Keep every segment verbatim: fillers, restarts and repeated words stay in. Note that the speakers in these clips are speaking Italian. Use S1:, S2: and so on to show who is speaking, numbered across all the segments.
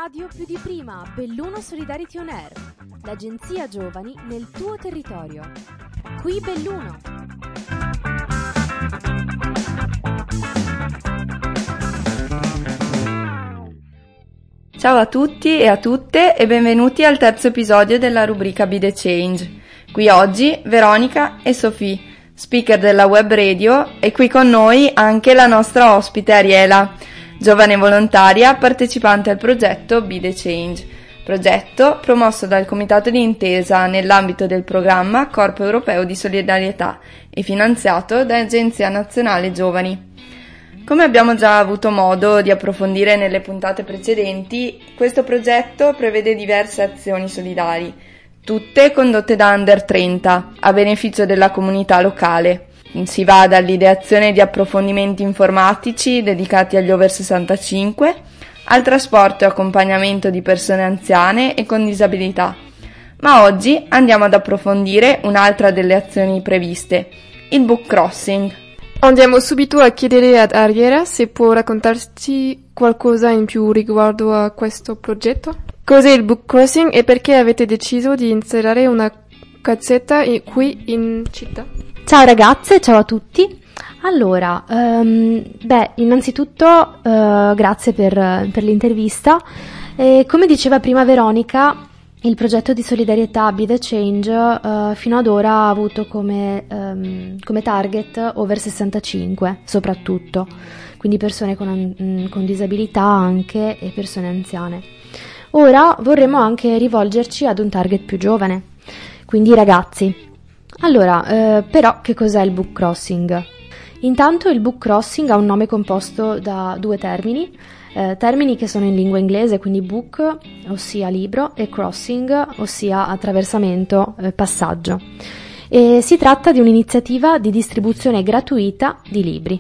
S1: radio più di prima, Belluno Solidarity On Air, l'agenzia giovani nel tuo territorio. Qui Belluno.
S2: Ciao a tutti e a tutte e benvenuti al terzo episodio della rubrica Be The Change. Qui oggi Veronica e Sofì, speaker della web radio, e qui con noi anche la nostra ospite Ariela, giovane volontaria partecipante al progetto Be The Change, progetto promosso dal Comitato di Intesa nell'ambito del programma Corpo Europeo di Solidarietà e finanziato da Agenzia Nazionale Giovani. Come abbiamo già avuto modo di approfondire nelle puntate precedenti, questo progetto prevede diverse azioni solidari, tutte condotte da Under trenta, a beneficio della comunità locale. Si va dall'ideazione di approfondimenti informatici dedicati agli over sessantacinque, al trasporto e accompagnamento di persone anziane e con disabilità. Ma oggi andiamo ad approfondire un'altra delle azioni previste, il book crossing.
S3: Andiamo subito a chiedere ad Ariela se può raccontarci qualcosa in più riguardo a questo progetto. Cos'è il book crossing e perché avete deciso di installare una cassetta qui in città?
S4: Ciao ragazze, ciao a tutti. Allora, um, beh, innanzitutto uh, grazie per, per l'intervista. E come diceva prima Veronica, il progetto di solidarietà Be The Change uh, fino ad ora ha avuto come, um, come target over sessantacinque, soprattutto, quindi persone con, con disabilità anche e persone anziane. Ora vorremmo anche rivolgerci ad un target più giovane, quindi i ragazzi. Allora, eh, però che cos'è il book crossing? Intanto il book crossing ha un nome composto da due termini, eh, termini che sono in lingua inglese, quindi book, ossia libro, e crossing, ossia attraversamento, eh, passaggio. E si tratta di un'iniziativa di distribuzione gratuita di libri.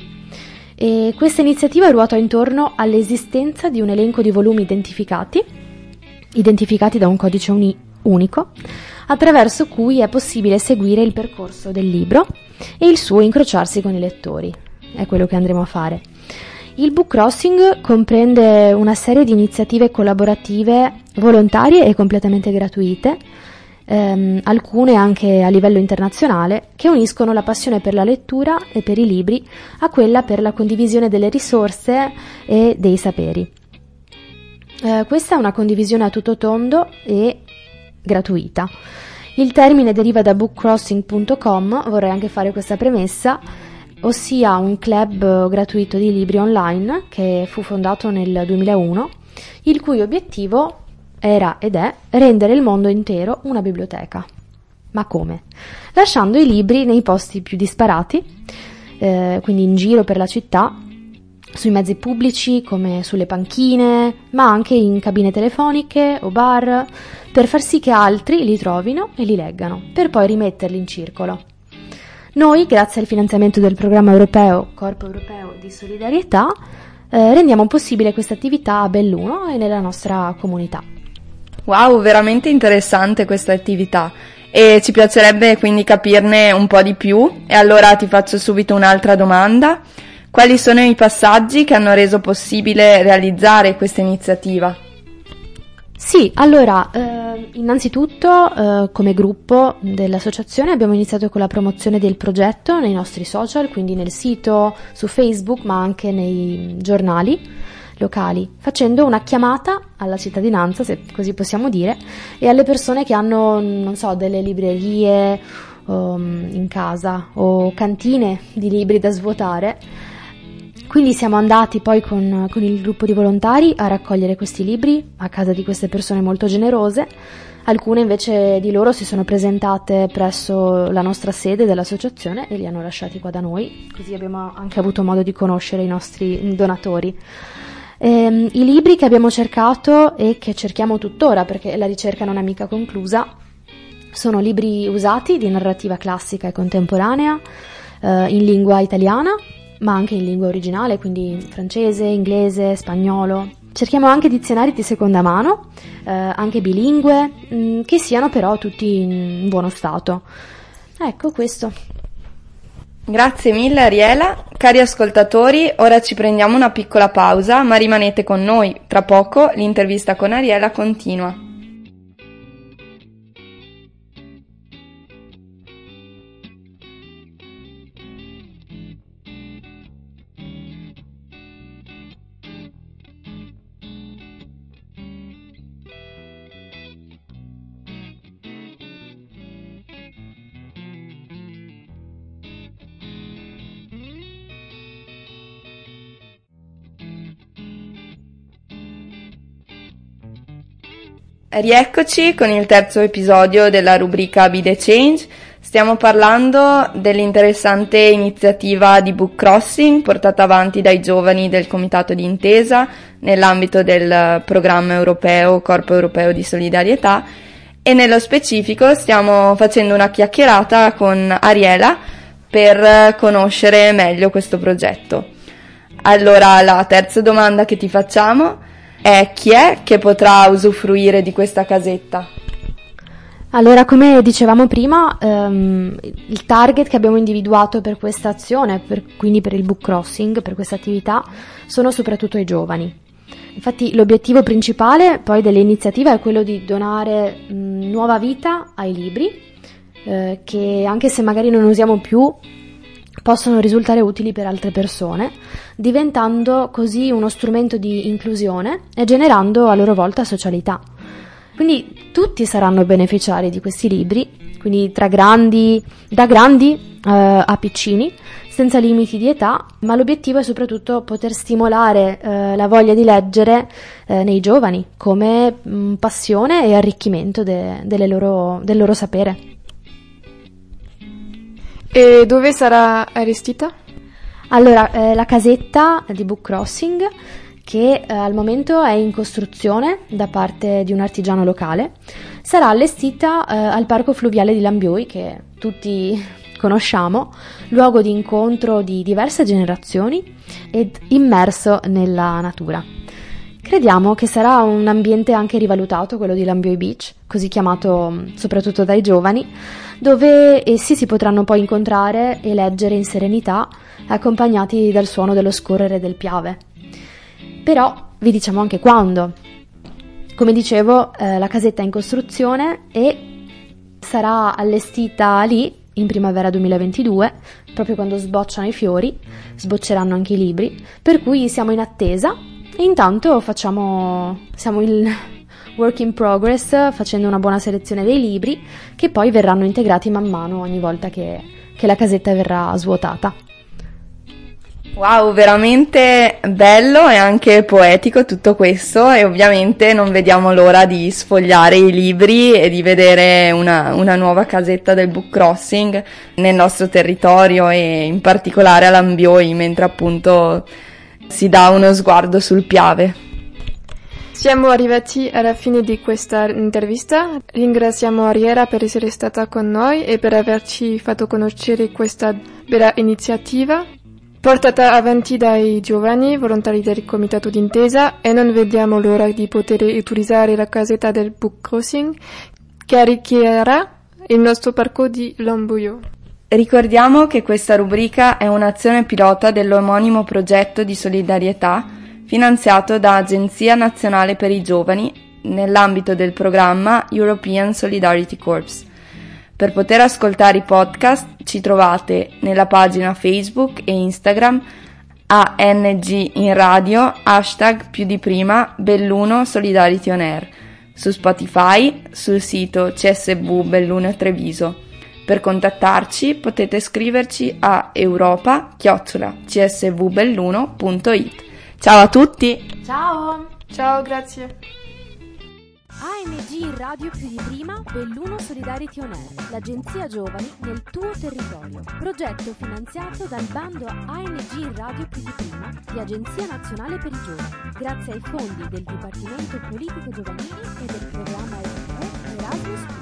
S4: E questa iniziativa ruota intorno all'esistenza di un elenco di volumi identificati, identificati da un codice uni- unico, attraverso cui è possibile seguire il percorso del libro e il suo incrociarsi con i lettori. È quello che andremo a fare. Il book crossing comprende una serie di iniziative collaborative volontarie e completamente gratuite, ehm, alcune anche a livello internazionale, che uniscono la passione per la lettura e per i libri a quella per la condivisione delle risorse e dei saperi. Eh, questa è una condivisione a tutto tondo e gratuita. Il termine deriva da book crossing punto com, vorrei anche fare questa premessa, ossia un club gratuito di libri online che fu fondato nel duemilauno, il cui obiettivo era ed è rendere il mondo intero una biblioteca. Ma come? Lasciando i libri nei posti più disparati, eh, quindi in giro per la città, sui mezzi pubblici come sulle panchine, ma anche in cabine telefoniche o bar, per far sì che altri li trovino e li leggano, per poi rimetterli in circolo. Noi, grazie al finanziamento del programma europeo Corpo Europeo di Solidarietà, eh, rendiamo possibile questa attività a Belluno e nella nostra comunità.
S2: Wow, veramente interessante questa attività e ci piacerebbe quindi capirne un po' di più, e allora ti faccio subito un'altra domanda. Quali sono i passaggi che hanno reso possibile realizzare questa iniziativa?
S4: Sì, allora, eh, innanzitutto eh, come gruppo dell'associazione abbiamo iniziato con la promozione del progetto nei nostri social, quindi nel sito, su Facebook, ma anche nei giornali locali, facendo una chiamata alla cittadinanza, se così possiamo dire, e alle persone che hanno, non so, delle librerie um, in casa o cantine di libri da svuotare. Quindi siamo andati poi con, con il gruppo di volontari a raccogliere questi libri a casa di queste persone molto generose. Alcune invece di loro si sono presentate presso la nostra sede dell'associazione e li hanno lasciati qua da noi, così abbiamo anche avuto modo di conoscere i nostri donatori. Ehm, I libri che abbiamo cercato e che cerchiamo tuttora, perché la ricerca non è mica conclusa, sono libri usati di narrativa classica e contemporanea, eh, in lingua italiana, ma anche in lingua originale, quindi francese, inglese, spagnolo. Cerchiamo anche dizionari di seconda mano, eh, anche bilingue, mh, che siano però tutti in buono stato. Ecco questo.
S2: Grazie mille Ariela. Cari ascoltatori, ora ci prendiamo una piccola pausa, ma rimanete con noi. Tra poco l'intervista con Ariela continua. Rieccoci con il terzo episodio della rubrica Be the Change. Stiamo parlando dell'interessante iniziativa di Book Crossing portata avanti dai giovani del Comitato d'Intesa nell'ambito del programma europeo Corpo Europeo di Solidarietà, e nello specifico stiamo facendo una chiacchierata con Ariela per conoscere meglio questo progetto. Allora, la terza domanda che ti facciamo è: chi è che potrà usufruire di questa casetta?
S4: Allora, come dicevamo prima, ehm, il target che abbiamo individuato per questa azione, per, quindi per il book crossing, per questa attività, sono soprattutto i giovani. Infatti l'obiettivo principale poi dell'iniziativa è quello di donare mh, nuova vita ai libri, eh, che anche se magari non usiamo più, possono risultare utili per altre persone, diventando così uno strumento di inclusione e generando a loro volta socialità. Quindi tutti saranno beneficiari di questi libri, quindi tra grandi, da grandi eh, a piccini, senza limiti di età, ma l'obiettivo è soprattutto poter stimolare eh, la voglia di leggere eh, nei giovani come mh, passione e arricchimento de, delle loro, del loro sapere.
S3: E dove sarà allestita?
S4: Allora, eh, la casetta di Book Crossing, che eh, al momento è in costruzione da parte di un artigiano locale, sarà allestita eh, al Parco Fluviale di Lambioi, che tutti conosciamo, luogo di incontro di diverse generazioni ed immerso nella natura. Crediamo che sarà un ambiente anche rivalutato, quello di Lambioi Beach, così chiamato soprattutto dai giovani, dove essi si potranno poi incontrare e leggere in serenità, accompagnati dal suono dello scorrere del Piave. Però vi diciamo anche quando. Come dicevo, eh, la casetta è in costruzione e sarà allestita lì in primavera duemilaventidue, proprio quando sbocciano i fiori, sbocceranno anche i libri, per cui siamo in attesa e intanto facciamo siamo il work in progress, facendo una buona selezione dei libri che poi verranno integrati man mano ogni volta che, che la casetta verrà svuotata.
S2: Wow, veramente bello e anche poetico tutto questo, e ovviamente non vediamo l'ora di sfogliare i libri e di vedere una, una nuova casetta del book crossing nel nostro territorio e in particolare a Lambioi, mentre appunto si dà uno sguardo sul Piave.
S3: Siamo arrivati alla fine di questa intervista. Ringraziamo Ariela per essere stata con noi e per averci fatto conoscere questa bella iniziativa portata avanti dai giovani volontari del Comitato d'Intesa, e non vediamo l'ora di poter utilizzare la casetta del book crossing che arricchirà il nostro parco di Lambioi.
S2: Ricordiamo che questa rubrica è un'azione pilota dell'omonimo progetto di solidarietà finanziato da Agenzia Nazionale per i Giovani nell'ambito del programma European Solidarity Corps. Per poter ascoltare i podcast ci trovate nella pagina Facebook e Instagram A N G in radio, hashtag più di prima, Belluno Solidarity On Air, su Spotify, sul sito C S V Belluno Treviso. Per contattarci potete scriverci a europa chiocciola c s v belluno punto it. Ciao a tutti!
S4: Ciao!
S3: Ciao, grazie!
S1: A N G in radio più di prima, Belluno Solidarity On Air, l'agenzia giovani nel tuo territorio. Progetto finanziato dal bando A N G in radio più di prima di Agenzia Nazionale per i Giovani, grazie ai fondi del Dipartimento Politiche Giovanili e del programma europeo Erasmus